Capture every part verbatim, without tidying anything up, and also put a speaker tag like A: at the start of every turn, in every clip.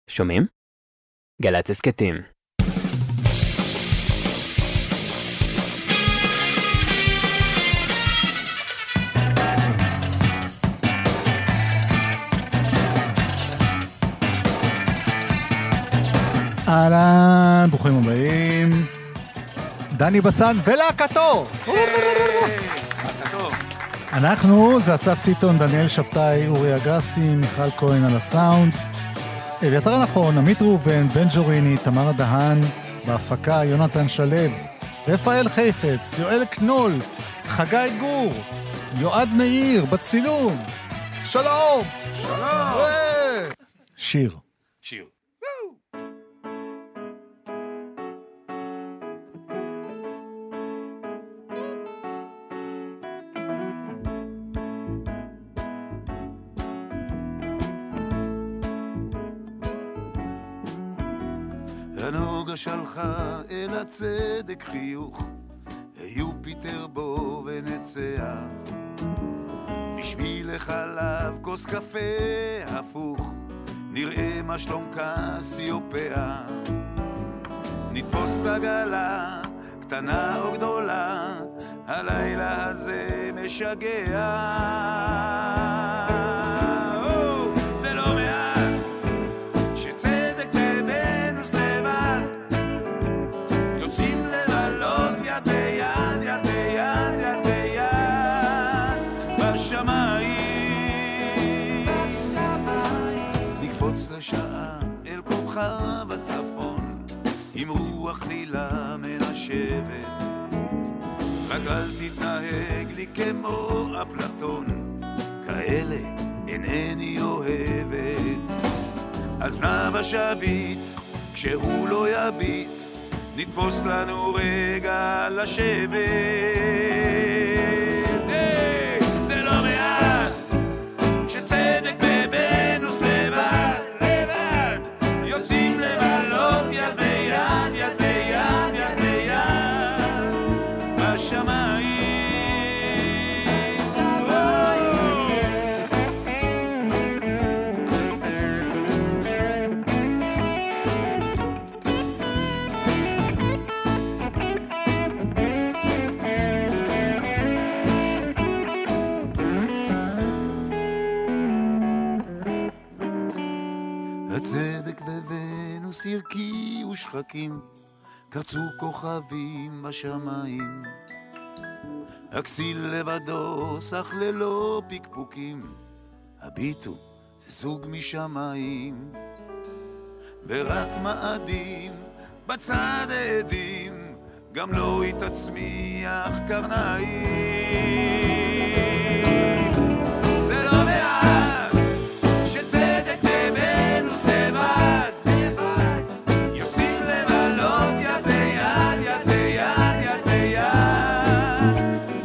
A: שומעים? גל"צ הסכתים.
B: אהלן, ברוכים הבאים. דני בסן ולהקתו. אנחנו, זה אסף סיטון, דניאל שבתאי, אורי אגסי, מיכל כהן על הסאונד. אביתר נכון, עמית ראובן, בן ג'וריני, תמר דהן, בהפקה יונתן שלב, רפאל חיפץ, יואל קנול, חגי גור, יועד מאיר, בצילום. שלום!
C: שלום!
B: שיר.
C: שיר. הנוגה שלחה אל הצדק חיוך, יופיטר בו ונצח, בשביל לחלב כוס קפה הפוך, נראה מה שלום קסיופיה. נתפוס עגלה, קטנה או גדולה, הלילה הזה משגע. לשעה אל כוכב הצפון עם רוח לילה מנשבת, רק אל תתנהג לי כמו אפלטון, כאלה אינני אוהבת. אז נע בשביט כשהוא לא יביט, נתפוס לנו רגע לשבת. hey, זה לא מעט שצדק בבנוס לבד, יוצאים לבלות יד ביד, יד ביד, יד ביד, בשמיים. הצדק וונוס ירקי ושחקים, קרצו כוכבים בשמיים, הכסיל לבדו סך ללא פיקפוקים, הביטו זה זוג משמיים, ורק מאדים בצד העדים, גם לא יתצמיח קרניים. זה לא מעט שצדק ובנוס לבד, לבד, יוצאים לבלות יד ביד, יד ביד, יד ביד,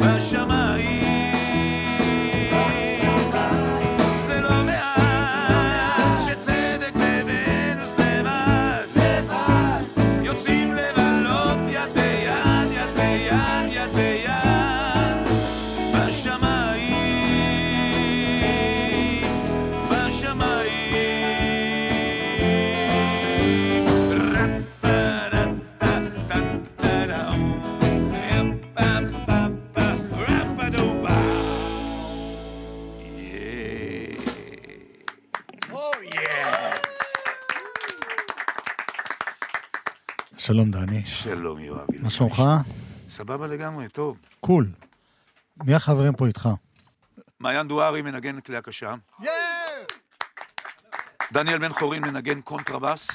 C: בשמיים. זה לא מעט שצדק ובנוס לבד, לבד, יוצאים לבלות יד ביד, יד ביד, יד ביד, בשמיים, בשמיים.
B: שלום דני.
C: שלום יואב.
B: מה שלומך?
C: סבבה לגמרי, טוב.
B: קול. מי החברים פה איתך?
C: מעיין דוארי מנגן כלי הקשה, דניאל בן חורין מנגן קונטרבס,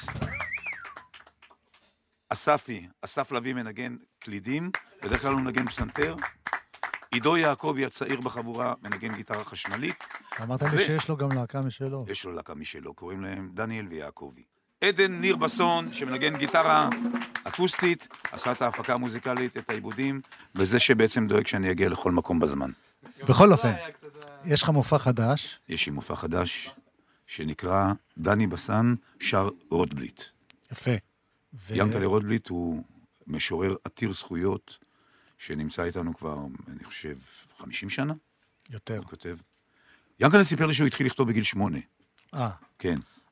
C: אספי, אסף לוי מנגן קלידים, בדרך כלל הוא מנגן פסנתר, עידו יעקבי הצעיר בחבורה מנגן גיטרה חשמלית.
B: אמרת לי שיש לו גם להקה משלו.
C: יש לו להקה משלו, קוראים להם דניאל ויעקבי. עדן ניר בסון שמנגן גיטרה אקוסטית, עשה את ההפקה המוזיקלית, את העיבודים, וזה שבעצם דואג שאני אגיע לכל מקום בזמן.
B: בכל אופן, יש לך מופע חדש.
C: יש לי מופע חדש שנקרא דני בסן שר רוטבליט.
B: יפה.
C: ינקלה רוטבליט הוא משורר עתיר זכויות, שנמצא איתנו כבר, אני חושב, חמישים שנה.
B: יותר.
C: הוא כותב. ינקלה סיפר לי שהוא התחיל לכתוב בגיל שמונה.
B: אה.
C: כן.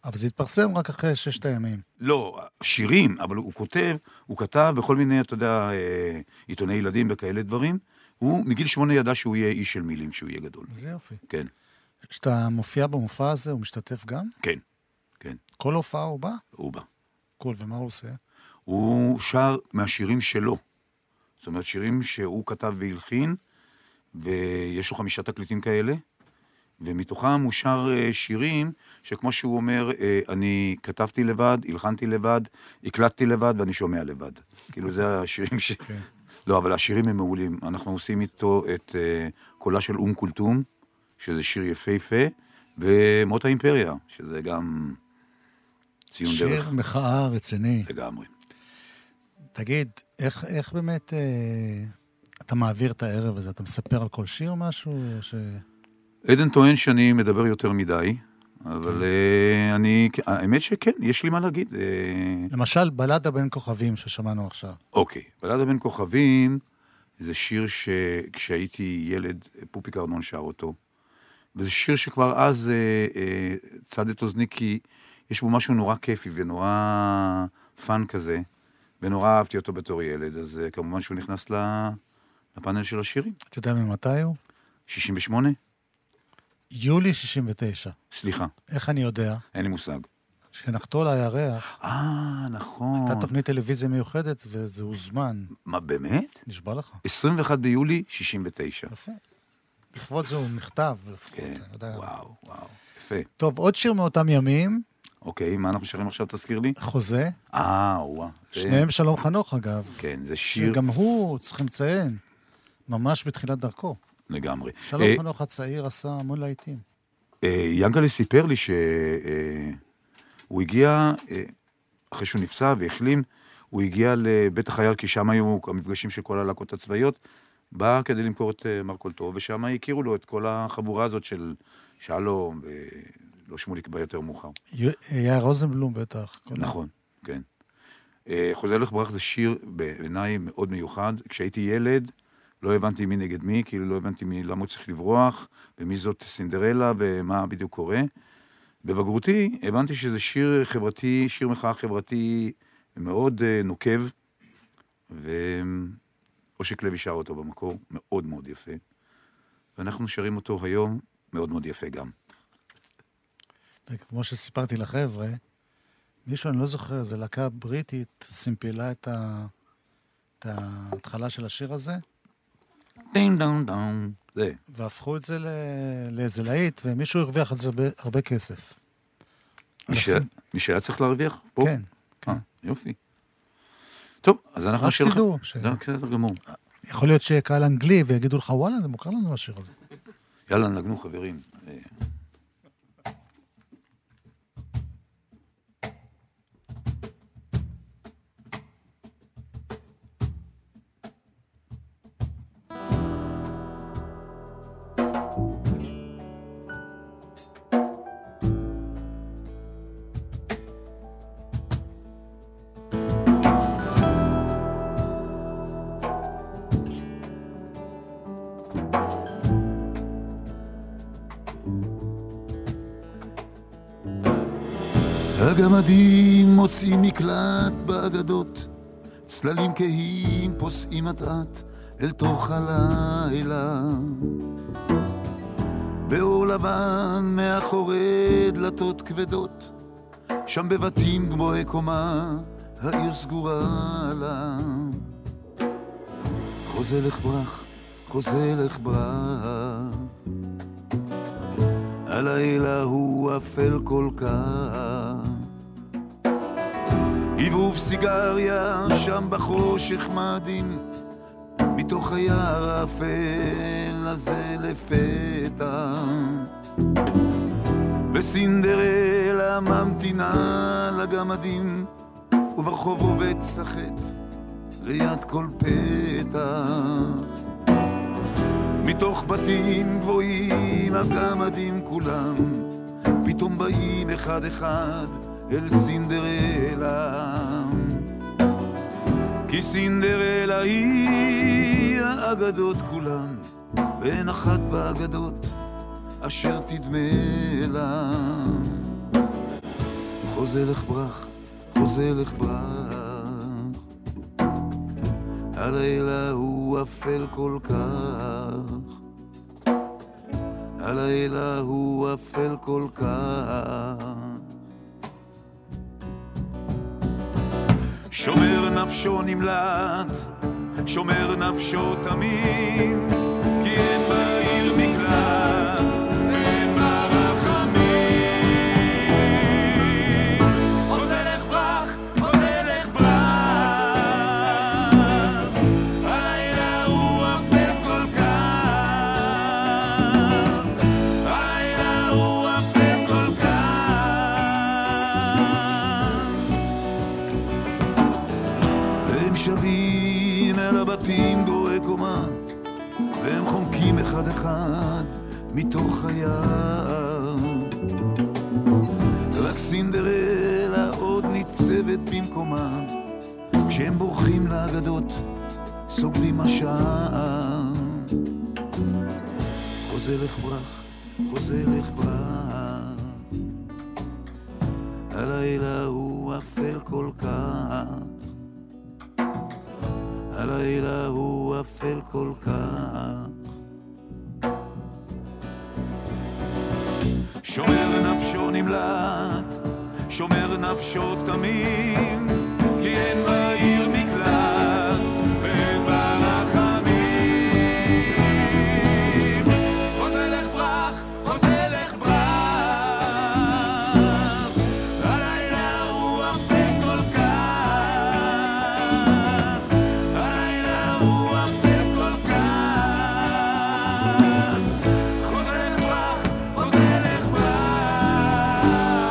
B: אבל זה התפרסם רק אחרי ששת הימים.
C: לא, שירים, אבל הוא כותב, הוא כתב בכל מיני, אתה יודע, עיתוני ילדים וכאלה דברים. הוא מגיל שמונה ידע שהוא יהיה איש של מילים, שהוא יהיה גדול.
B: זה יופי.
C: כן.
B: כשאתה מופיע במופע הזה, הוא משתתף גם?
C: כן, כן.
B: כל הופעה הוא בא?
C: הוא בא.
B: כל, ומה הוא עושה?
C: הוא שר מהשירים שלו. זאת אומרת, שירים שהוא כתב והלחין, ויש לו חמישה תקליטים כאלה, ומתוכם הוא שר שירים שכמו שהוא אומר, אני כתבתי לבד, הלחנתי לבד, הקלטתי לבד ואני שומע לבד. כאילו זה השירים ש... לא, אבל השירים הם מעולים. אנחנו עושים איתו את קולה של אום כולתום, שזה שיר יפהפה, ומות האימפריה, שזה גם ציון דרך.
B: שיר מחאה רציני.
C: לגמרי.
B: תגיד, איך, איך באמת אה, אתה מעביר את הערב הזה? אתה מספר על כל שיר משהו? ש...
C: עדן טוען שאני מדבר יותר מדי, אבל אה, אני, האמת שכן, יש לי מה להגיד. אה...
B: למשל, בלדה בין כוכבים ששמענו עכשיו.
C: אוקיי, בלדה בין כוכבים זה שיר שכשהייתי ילד, פופי קרנון שר אותו, וזה שיר שכבר אז אה, אה, צד את אוזני, כי יש בו משהו נורא כיפי ונורא פן כזה, ונורא אהבתי אותו בתור ילד, אז uh, כמובן שהוא נכנס לפאנל של השירים.
B: אתה יודע ממתי הוא?
C: שישים ושמונה?
B: יולי שישים ותשע.
C: סליחה.
B: איך אני יודע?
C: אין לי מושג.
B: שנחתו על הירח.
C: אה, נכון.
B: הייתה תוכנית טלוויזיה מיוחדת, וזה הוזמן.
C: מה, באמת?
B: נשבע לך.
C: עשרים ואחד ביולי שישים ותשע.
B: יפה. לכבוד זה הוא נכתב.
C: כן, וואו, וואו. יפה.
B: טוב, עוד שיר מאותם ימים.
C: אוקיי, מה אנחנו שרים עכשיו, תזכיר לי?
B: חוזה.
C: אה, וואו.
B: שניהם שלום חנוך, אגב.
C: כן, זה שיר...
B: שגם הוא, צריכים לציין, ממש בתחילת דרכו.
C: לגמרי.
B: שלום חנוך הצעיר עשה המון להיטים.
C: ינקלה סיפר לי שהוא הגיע, אחרי שהוא נפצע והחלים, הוא הגיע לבית החייל, כי שם היו המפגשים של כל הלהקות הצבאיות, בא כדי למכור את מרקולתו, ושם הכירו לו את כל החבורה הזאת של שלום, ולא שמוליק בה יותר מאוחר.
B: היה רוזנבלום בטח.
C: נכון, כן. חוזה הלך ברח זה שיר בעיניי מאוד מיוחד. כשהייתי ילד, לא הבנתי מי נגד מי, כאילו לא הבנתי מי, למה הוא צריך לברוח, ומי זאת סינדרלה, ומה בדיוק קורה. בבגרותי הבנתי שזה שיר חברתי, שיר מחאה חברתי מאוד נוקב, ואושיק לוי שר אותו במקור, מאוד מאוד יפה. ואנחנו שרים אותו היום, מאוד מאוד יפה גם.
B: כמו שסיפרתי לחבר'ה, מישהו, אני לא זוכר, זה להקה בריטית, סימפילה את, ה... את ההתחלה של השיר הזה.
C: דין דון דון. זה.
B: והפכו את זה ל... לאיזה להיט, ומישהו הרוויח על זה הרבה, הרבה כסף.
C: מי, ש... הסימ... מי שהיה צריך להרוויח? פה?
B: כן. כן.
C: אה, יופי. טוב, אז אנחנו
B: נשאיר לך... רק תדעו. ש...
C: זה בסדר גמור.
B: יכול להיות שקהל אנגלי ויגידו לך, וואלה, זה מוכר לנו השיר הזה.
C: יאללה, נגנו חברים. הגמדים מוצאים מקלט באגדות, צללים כהים פוסעים מטעת אל תוך הלילה. באור לבן מאחורי דלתות כבדות, שם בבתים גבוהי קומה, העיר סגורה לה. חוזה לך ברח, חוזה לך ברח, הלילה הוא אפל כל כך. עיבוב סיגריה שם בחושך מאדים, מתוך היער האפל הזה לפתע. וסינדרלה ממתינה לגמדים, וברחוב עובד שחט ליד כל פתח. מתוך בתים גבוהים הגמדים כולם, פתאום באים אחד אחד אל סינדרלה. כי סינדרלה היא האגדות כולן, ואין אחת באגדות אשר תדמה לה. חוזה לך ברח, חוזה לך ברח. הלילה הוא אפל כל כך, הלילה הוא אפל כל כך. שומר נפשו נמלט, שומר נפשו תמים, כי אין בעיר מקלט, אין בה רחמים. חוזה לך ברח, חוזה לך ברח, הלילה הוא אפל כל כך, הלילה הוא אפל כל כך. והם שבים אל הבתים גורי קומה, והם חומקים אחד אחד מתוך היער. רק סינדרלה עוד ניצבת במקומה, כשהם בורחים לאגדות סוגרים השער. חוזה לך ברח, חוזה לך ברח, הלילה הוא אפל כל כך, הלילה הוא אפל כל כך. שומר נפשו נמלט, שומר נפשו תמים, כי אין בעיר מקלט, ואין בה רחמים. חוזה לך ברח, חוזה לך ברח, הלילה הוא אפל כל כך, הלילה הוא אפל כל כך. חוזה לך ברח, חוזה לך ברח,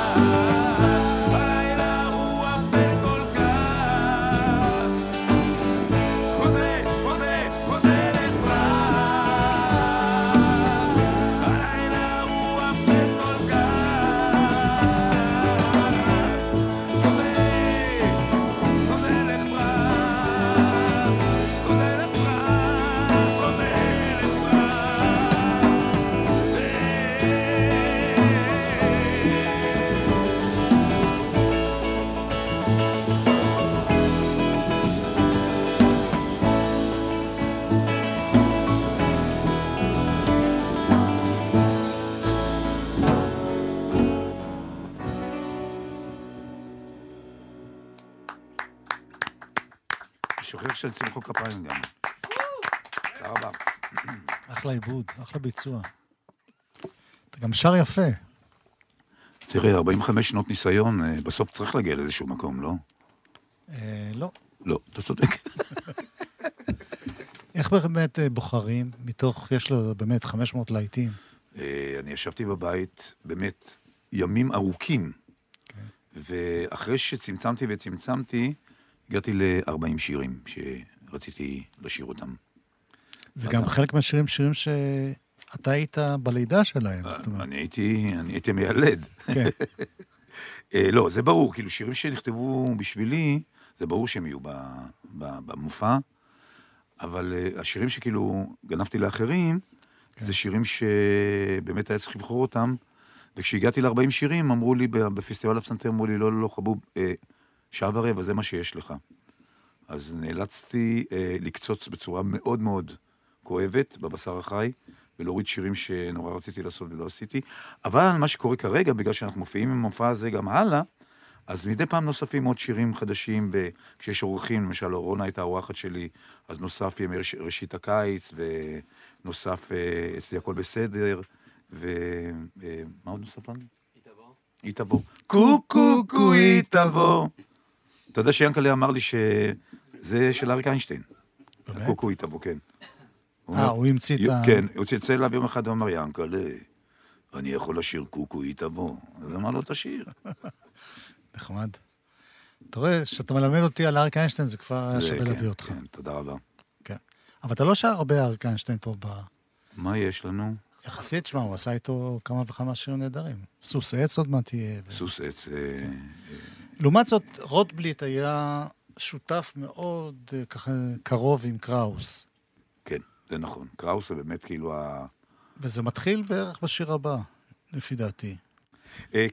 C: הלילה הוא אפל כל כך. חוזה, חוזה, חוזה לך ברח, הלילה הוא אפל כל כך. חוזה, חוזה לך ברח, חוזה לך ברח, חוזה לך שוכר של צמחו כפיים גם. תודה רבה.
B: אחלה עיבוד, אחלה ביצוע. אתה גם שר יפה.
C: תראה, ארבעים וחמש שנות ניסיון, אה, בסוף צריך להגיע לאיזשהו מקום, לא?
B: אה, לא.
C: לא, אתה צודק.
B: איך באמת אה, בוחרים מתוך, יש לו באמת חמש מאות להיטים?
C: אה, אני ישבתי בבית, באמת, ימים ארוכים, ואחרי שצמצמתי וצמצמתי, הגעתי ל-ארבעים שירים שרציתי לשיר אותם.
B: זה גם חלק מהשירים, שירים שאתה היית בלידה שלהם. זאת אומרת.
C: אני הייתי, אני הייתי מיילד.
B: כן.
C: אה, לא, זה ברור, כאילו שירים שנכתבו בשבילי, זה ברור שהם יהיו ב- ב- במופע, אבל אה, השירים שכאילו גנבתי לאחרים, זה שירים שבאמת היה צריך לבחור אותם, וכשהגעתי ל-ארבעים שירים, אמרו לי, בפסטיבל הפסנתר, אמרו לי, לא, לא, לא, חבוב, אה, שעה ורבע, זה מה שיש לך. אז נאלצתי אה, לקצוץ בצורה מאוד מאוד כואבת, בבשר החי, ולהוריד שירים שנורא רציתי לעשות ולא עשיתי. אבל מה שקורה כרגע, בגלל שאנחנו מופיעים עם המופע הזה גם הלאה, אז מדי פעם נוספים עוד שירים חדשים, ב... כשיש אורחים, למשל, אורונה הייתה האורחת שלי, אז נוסף ימי ראש... ראשית הקיץ, ונוסף אה, אצלי הכל בסדר, ומה אה, עוד נוסף לנו? היא תבוא. היא תבוא. קו קו קו היא תבוא. אתה יודע שיאנקלה אמר לי שזה של אריק איינשטיין.
B: באמת?
C: קו קו היא תבוא, כן.
B: אה, הוא המציא את ה...
C: כן, הוא צלצל אליו יום אחד ואמר, יאנקלה, אני יכול לשיר קו קו היא תבוא. אז אמר לו, תשיר.
B: נחמד. אתה רואה, שאתה מלמד אותי על אריק איינשטיין, זה כבר היה שווה להביא אותך.
C: כן, תודה רבה.
B: כן. אבל אתה לא שר הרבה אריק איינשטיין פה ב...
C: מה יש לנו?
B: יחסית, שמה, הוא עשה איתו כמה וכמה שירים נהדרים. סוס עץ עוד מעט תהיה.
C: סוס עץ.
B: לעומת זאת, רוטבליט היה שותף מאוד ככה קרוב עם קראוס.
C: כן, זה נכון. קראוס זה באמת כאילו ה...
B: וזה מתחיל בערך בשיר הבא, לפי דעתי.
C: כן,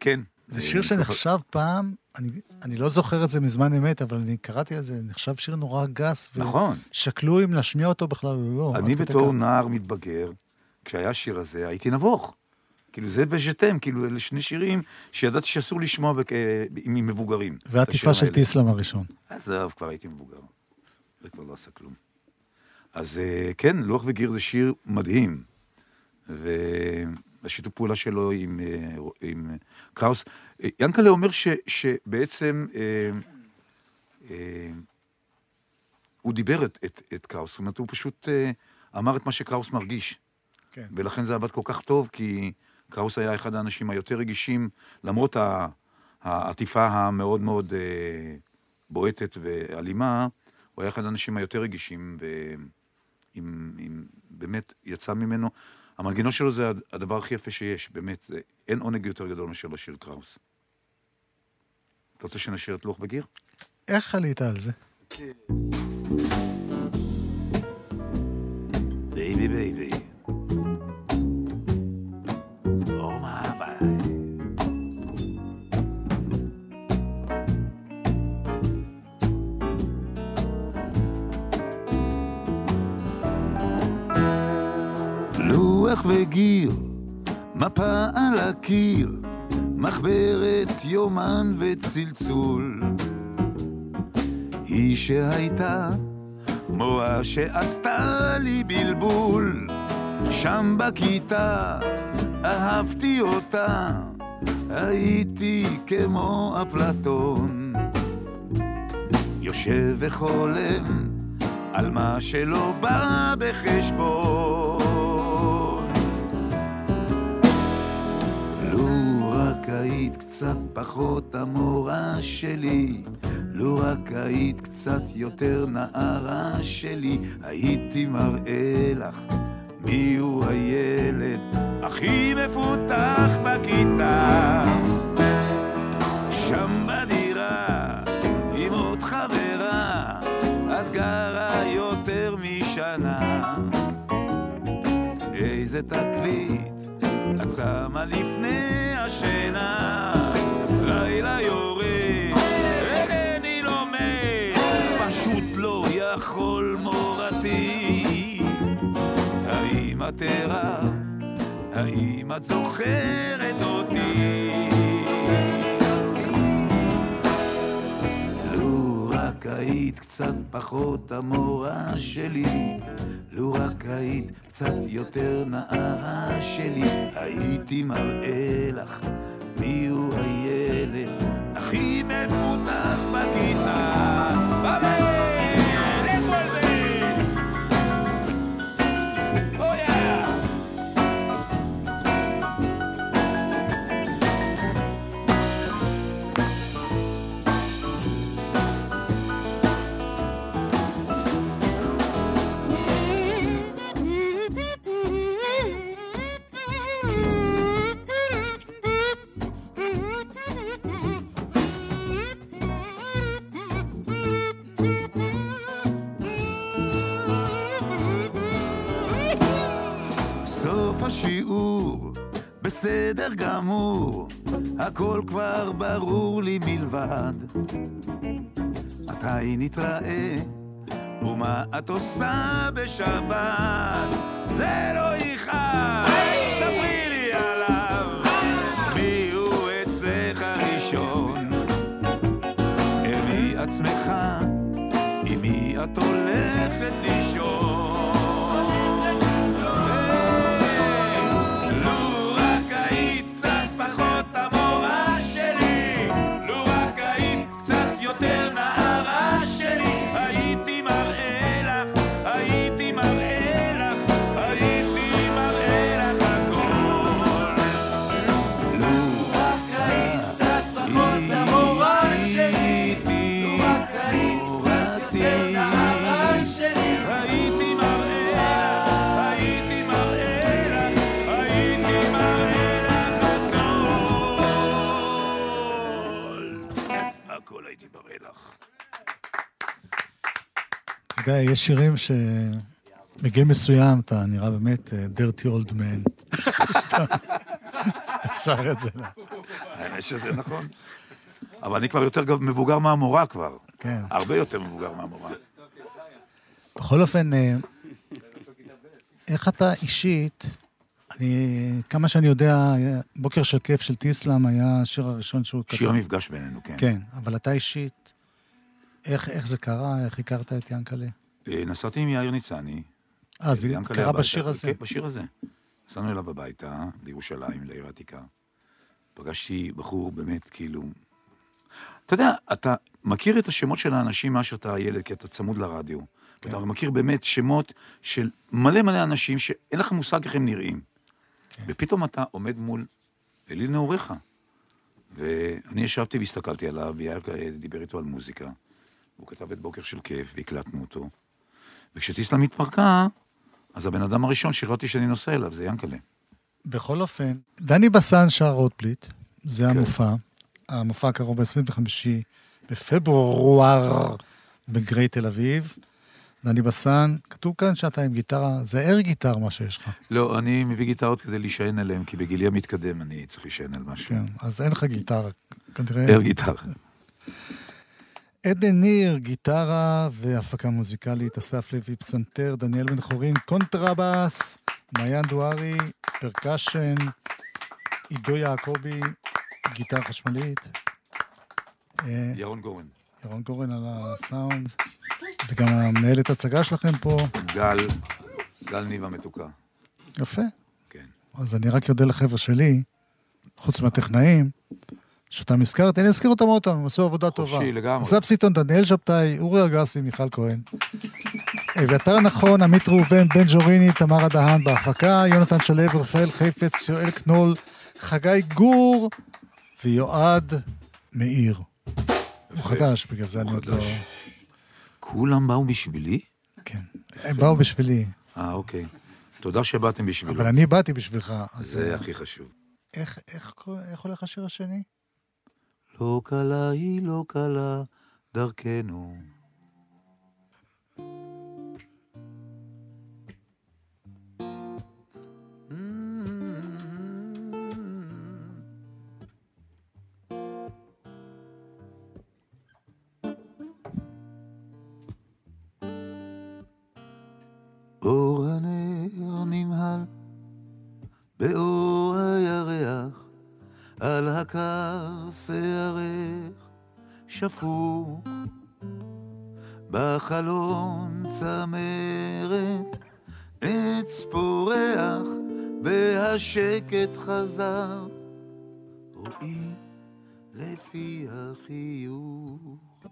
B: זה שיר שנחשב פעם, אני, אני לא זוכר את זה מזמן אמת, אבל אני קראתי על זה, נחשב שיר נורא גס,
C: נכון.
B: ושקלו אם להשמיע אותו בכלל או לא.
C: אני בתור נער מתבגר, כשהיה שיר הזה, הייתי נבוך. כאילו זה וז'תם, כאילו אלה שני שירים שידעתי שאסור לשמוע בק... עם מבוגרים.
B: ועטיפה של טיסלם הראשון.
C: אז כבר הייתי מבוגר. זה כבר לא עשה כלום. אז כן, לוח וגיר זה שיר מדהים. והשיתוף פעולה שלו עם, עם קראוס. ינקלה אומר ש, שבעצם אה, אה, הוא דיבר את, את, את קראוס. זאת אומרת, הוא פשוט אה, אמר את מה שקראוס מרגיש. כן. ולכן זה עבד כל כך טוב, כי קראוס היה אחד האנשים היותר רגישים, למרות העטיפה המאוד מאוד אה, בועטת ואלימה, הוא היה אחד האנשים היותר רגישים, ובאמת יצא ממנו. המנגינות שלו זה הדבר הכי יפה שיש, באמת, אין עונג יותר גדול מאשר לשיר קראוס. אתה רוצה שנשאיר את לוח וגיר?
B: איך עלית על זה?
C: בייבי בייבי. לוח וגיר, מפה על הקיר, מחברת יומן וצלצול. היא שהייתה מורה שעשתה לי בלבול, שם בכיתה אהבתי אותה, הייתי כמו אפלטון, יושב וחולם על מה שלא בא בחשבון. לו רק היית קצת פחות המורה שלי, לו רק היית קצת יותר נערה שלי, הייתי מראה לך מיהו הילד הכי מפותח בכיתה. שם בדירה עם עוד חברה, את גרה יותר משנה. איזה תקליט את שמה לפני השינה, לילה יורד אינני לומד, פשוט לא יכול מורתי. האם את ערה? האם את זוכרת אותי? לו רק היית קצת פחות המורה שלי, לו רק היית קצת יותר נערה שלי, הייתי מראה לך מיהו הילד הכי מפותח בכיתה. במה! השיעור בסדר גמור, הכל כבר ברור לי מלבד מתי נתראה ומה את עושה בשבת. זה לא יכאב, ספרי לי עליו, מי הוא אצלך ראשון, אל מי עצמך, עם מי את הולכת לישון.
B: יש שירים שבגיל מסוים אתה נראה באמת dirty old man. שאתה שר את זה.
C: שזה נכון. אבל אני כבר יותר מבוגר מהמורה כבר.
B: כן.
C: הרבה יותר מבוגר מהמורה.
B: בכל אופן, איך אתה אישית, אני, כמה שאני יודע, בוקר של כיף של טיסלאם היה השיר הראשון שהוא כתב.
C: שיר המפגש בינינו, כן.
B: כן, אבל אתה אישית, איך, איך זה קרה? איך הכרת את ינקלה?
C: נסעתי עם יאיר ניצני.
B: אה, זה קרה בשיר הזה?
C: כן, בשיר הזה. נסענו אליו הביתה, לירושלים, לעיר העתיקה. פגשתי בחור באמת כאילו... אתה יודע, אתה מכיר את השמות של האנשים מה שאתה ילד, כי אתה צמוד לרדיו. כן. אתה מכיר באמת שמות של מלא מלא אנשים שאין לך מושג איך הם נראים. כן. ופתאום אתה עומד מול אליל נעוריך. ואני ישבתי והסתכלתי עליו, ויאיר דיבר איתו על מוזיקה. הוא כתב את בוקר של כיף, והקלטנו אותו. וכשטיסלאם התפרקה, אז הבן אדם הראשון שראיתי שאני נוסע אליו, זה ינקלה.
B: בכל אופן, דני בסן שר רוטבליט, זה כן. המופע. המופע הקרוב ב-עשרים וחמישה בפברואר בגרי תל אביב. דני בסן, כתוב כאן שאתה עם גיטרה, זה אר גיטר מה שיש לך.
C: לא, אני מביא גיטרות כדי להישען עליהם, כי בגילי המתקדם אני צריך להישען על משהו.
B: כן, אז אין לך גיטרה, כנראה...
C: אר גיטר.
B: עדן ניר, גיטרה והפקה מוזיקלית, אסף לוי, פסנתר, דניאל בן חורין, קונטרבאס, מעיין דוארי, פרקשן, עידו יעקבי, גיטרה חשמלית.
C: ירון גורן.
B: ירון גורן על הסאונד, וגם המנהלת הצגה שלכם פה.
C: גל, גל ניב המתוקה.
B: יפה.
C: כן.
B: אז אני רק יודע לחבר'ה שלי, חוץ מהטכנאים, שאתה מזכרת, אני אזכיר אותם אותם, הם עשו עבודה טובה.
C: חופשי לגמרי.
B: אסף סיטון, דניאל שבתאי, אורי אגסי, מיכל כהן. אביתר נכון, עמית ראובן, בן ג'וריני, תמרה דהן בהפקה, יונתן שלו, רפאל חפץ, יואל קנול, חגי גור, ויועד מאיר. הוא חדש, בגלל זה אני עוד לא...
C: כולם באו בשבילי?
B: כן, הם באו בשבילי.
C: אה, אוקיי. תודה שבאתם בשבילו.
B: אבל אני באתי בשבילך.
C: זה הכי חשוב.
B: איך, איך, איך הולך השיר השני?
C: לא קלה היא לא קלה דרכנו. אור הנר נמהל באור הירח על הקר שערך שפוך בחלון צמרת עץ פורח והשקט חזר רואי לפי החיוך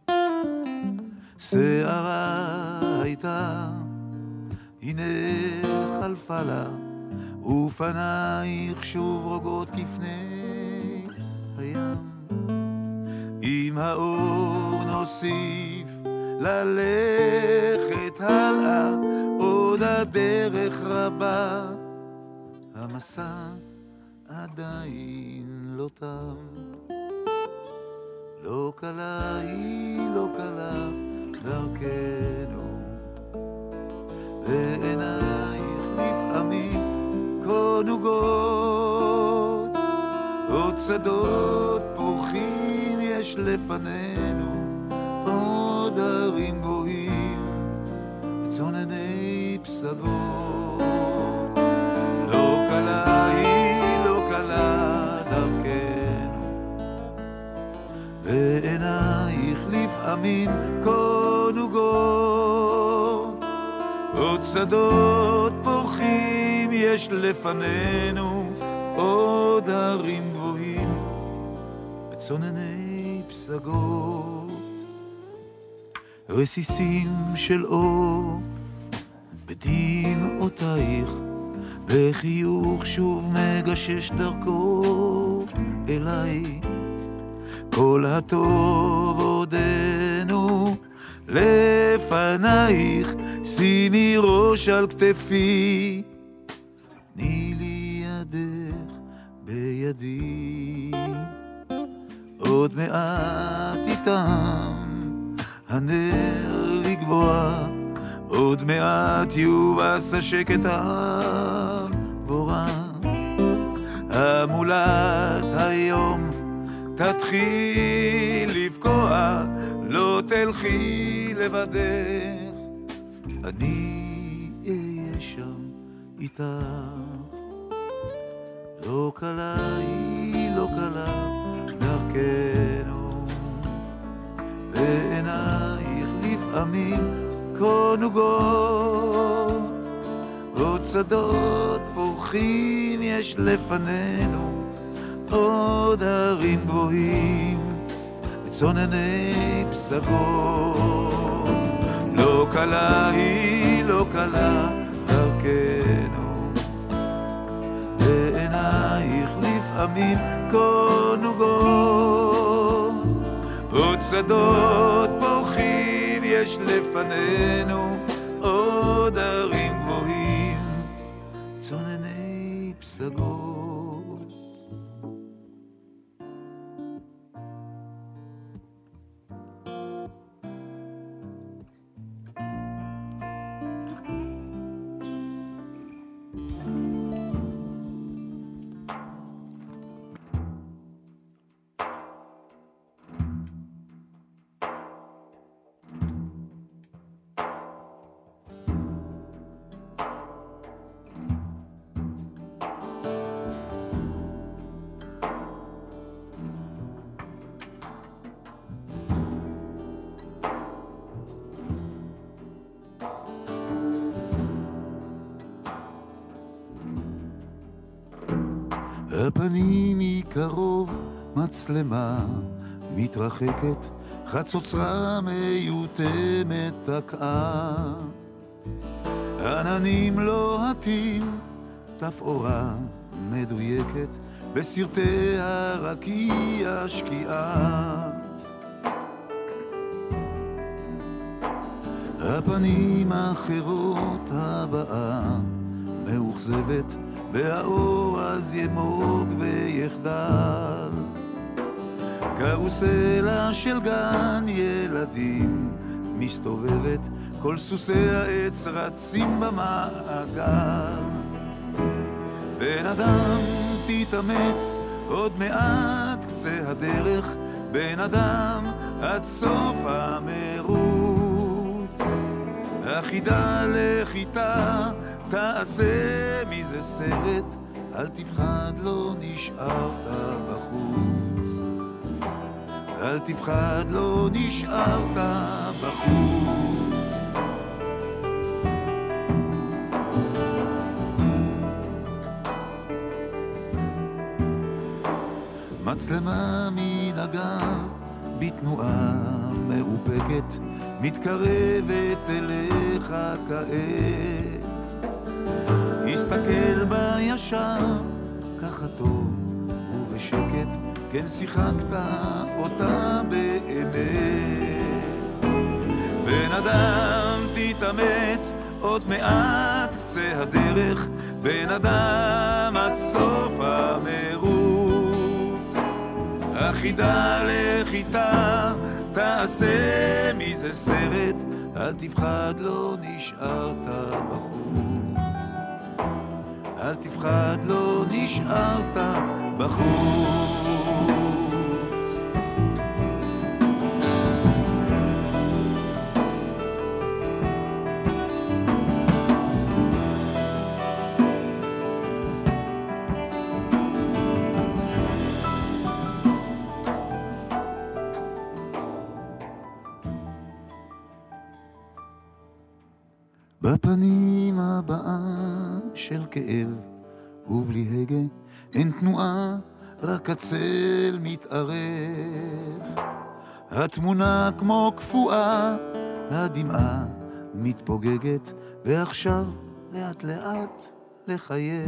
C: שערה הייתה הנה חלפה לה ופנייך שוב רוגות כפני הים עם האור נוסיף ללכת הלאה עוד הדרך רבה המסע עדיין לא תם לא קלה היא לא קלה דרכנו ועינייך לפעמים קונוגות עוד שדות פורחים יש לפנינו עוד הרים גבוהים צונני פסגות לא קלה היא לא קלה דרכנו ועינייך לפעמים קונוגות עוד שדות פורחים יש לפנינו עוד הרים גבוהים בצונני פסגות רסיסים של אור בדמעותייך בחיוך שוב מגשש דרכו אליי כל הטוב עודנו לפנייך שימי ראש על כתפי תני לי ידך בידי עוד מעט איתם הנר לגבוה עוד מעט יובס השקט המבורח המולט היום תתחיל לפגוע, לא תלכי לבדך, אני אהיה שם איתך. לא קלה היא לא קלה דרכנו, בעינייך לפעמים קונוגות, עוד שדות פורחים יש לפנינו, עוד הרים גבוהים וצונני פסגות. לא קלה היא לא קלה דרכנו, בעינייך לפעמים קונוגות, עוד שדות פורחים יש לפנינו, עוד הרים גבוהים צונני פסגות. הפנים מקרוב מצלמה מתרחקת, חצוצרה מיותמת תקעה, עננים לוהטים, תפאורה מדויקת בסרטי הרקיע שקיעה. הפנים האחרות הבאה מאוכזבת, והאור אז ימוג ויחדל, קרוסלה של גן ילדים מסתובבת, כל סוסי העץ רצים במעגל. בן אדם תתאמץ, עוד מעט קצה הדרך, בן אדם עד סוף המרוץ, החידה לחיטה תעשה מזה סרט, אל תפחד לא נשארת בחוץ, אל תפחד לא נשארת בחוץ. מצלמה מן הגב בתנועה מאופקת, מתקרבת אליך כעת, הסתכל בה ישר, ככה טוב ובשקט, כן שיחקת אותה באמת. בן אדם תתאמץ, עוד מעט קצה הדרך, בן אדם עד סוף המרוץ, החידה לחיטה תעשה מזה סרט, אל תפחד לא נשארת בחוץ, אל תפחד לא נשארת בחוץ. בפנים הבאה של כאב ובלי הגה, אין תנועה, רק הצל מתארך, התמונה כמו קפואה, הדמעה מתפוגגת, ועכשיו לאט לאט לחייך.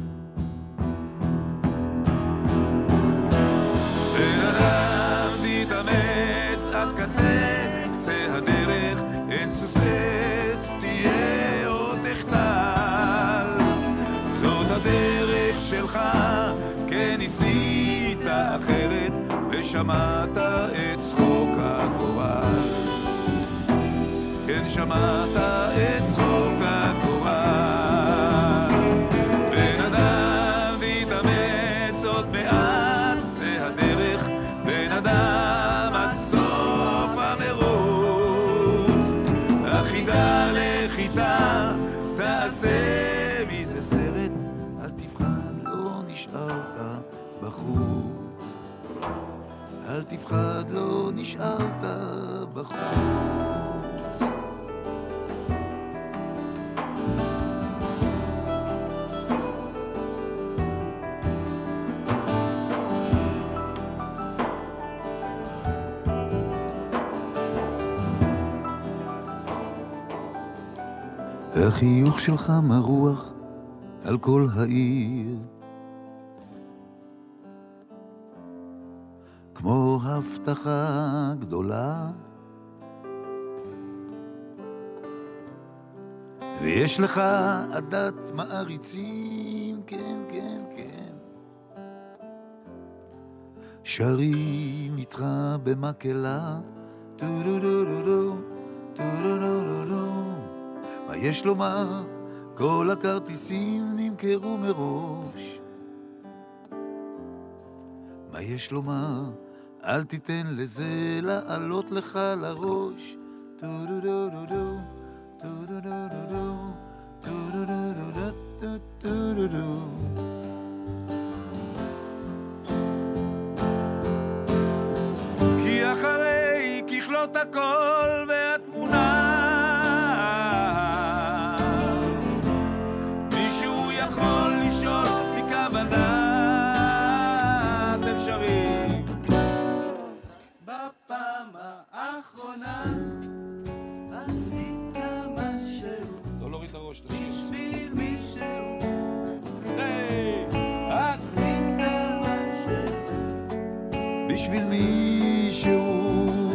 C: בן אדם תתאמץ עד קצה, קצה הדרך, אין סוסס תהיה עוד תחתל, זאת הדרך שלך, כן ניסית אחרת, ושמעת את צחוק הגורל, כן שמעת את צחוק הגורל. בן אדם תתאמץ עוד מעט קצה הדרך, לבד לא נשארת בחוץ. החיוך שלך מרוח על כל העיר, כמו הבטחה גדולה, ויש לך עדת מעריצים, כן, כן, כן, שרים איתך במקהלה, טו-דו-דו-דו-דו, טו-דו-דו-דו-דו. מה יש לומר? כל הכרטיסים נמכרו מראש. מה יש לומר? אל תיתן לזה לעלות לך לראש. טו-דו-דו-דו-דו, טו-דו-דו-דו-דו, טו-דו-דו-דו-דו-דו-דו. כי אחרי ככלות הכל והתמונה, מישהו יכול לשאול מכוונה. אתם שרים בפעם האחרונה עשית משהו, לא להוריד את הראש, בשביל מישהו. עשית משהו בשביל מישהו.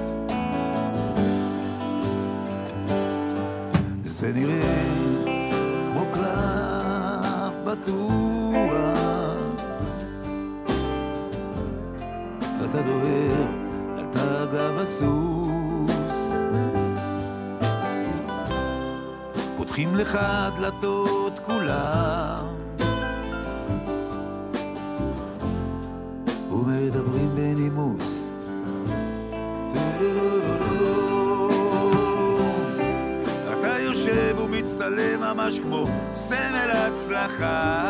C: זה נראה כמו קלף בטוח, אתה דוהר על תגב הסוס, פותחים לך דלתות כולם ומדברים בנימוס. אתה יושב ומצטלם ממש כמו סמל הצלחה,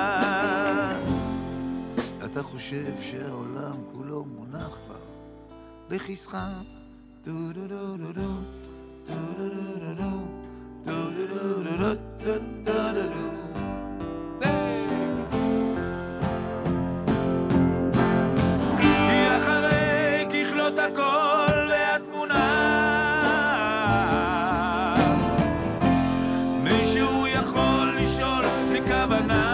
C: אתה חושב שהעולם כולו מונח כבר בכיסך. טו-דו-דו-דו-דו, טו-דו-דו-דו-דו, טו-דו-דו-דו-דו-דו-דו. כי אחרי ככלות הכל והתמונה, מישהו יכול לשאול מכוונה.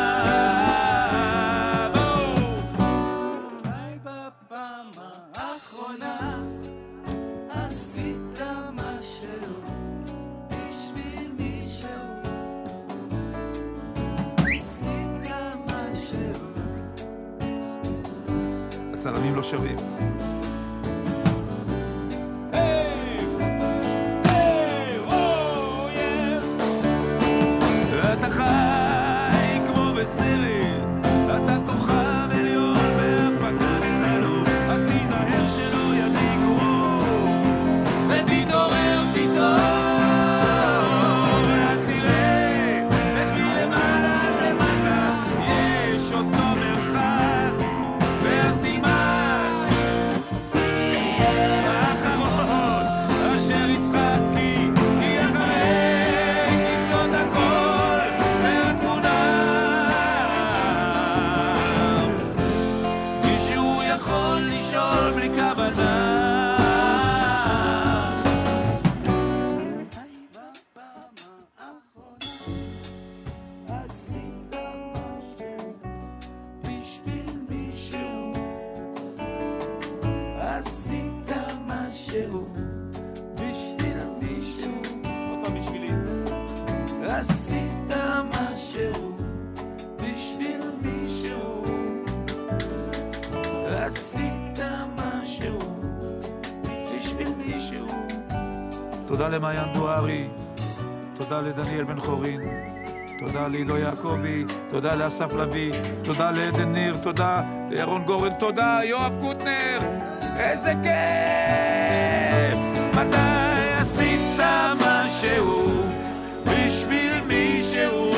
C: הצלמים לא שווים. היי! היי! וואו! יא! אתה חי כמו בסרט, אתה כוכב עליון בהפקת חלום, אז תיזהר שלא ידליקו אור ותתעורר פתאום, ואז תראה איך מלמעלה למטה יש אותו מרחק, ואז תלמד תודה למעיין דוארי, תודה לדניאל בן חורין, תודה לעידו יעקבי, תודה לאסף לוי, תודה לעדן ניר, תודה לירון גורן, תודה יואב קוטנר. איזה כיף! מתי עשית משהו בשביל מישהו?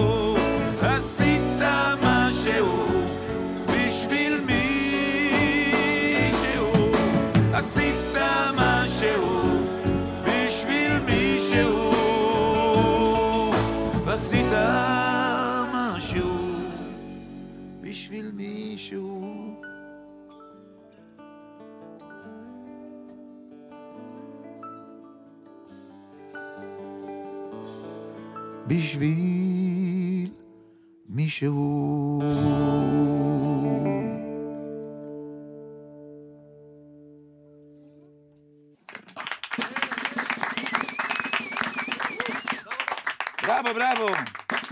C: עשית משהו בשביל מישהו? עשית משהו בשביל מישהו, עשית משהו בשביל מישהו. בשביל מישהו. בראבו, בראבו.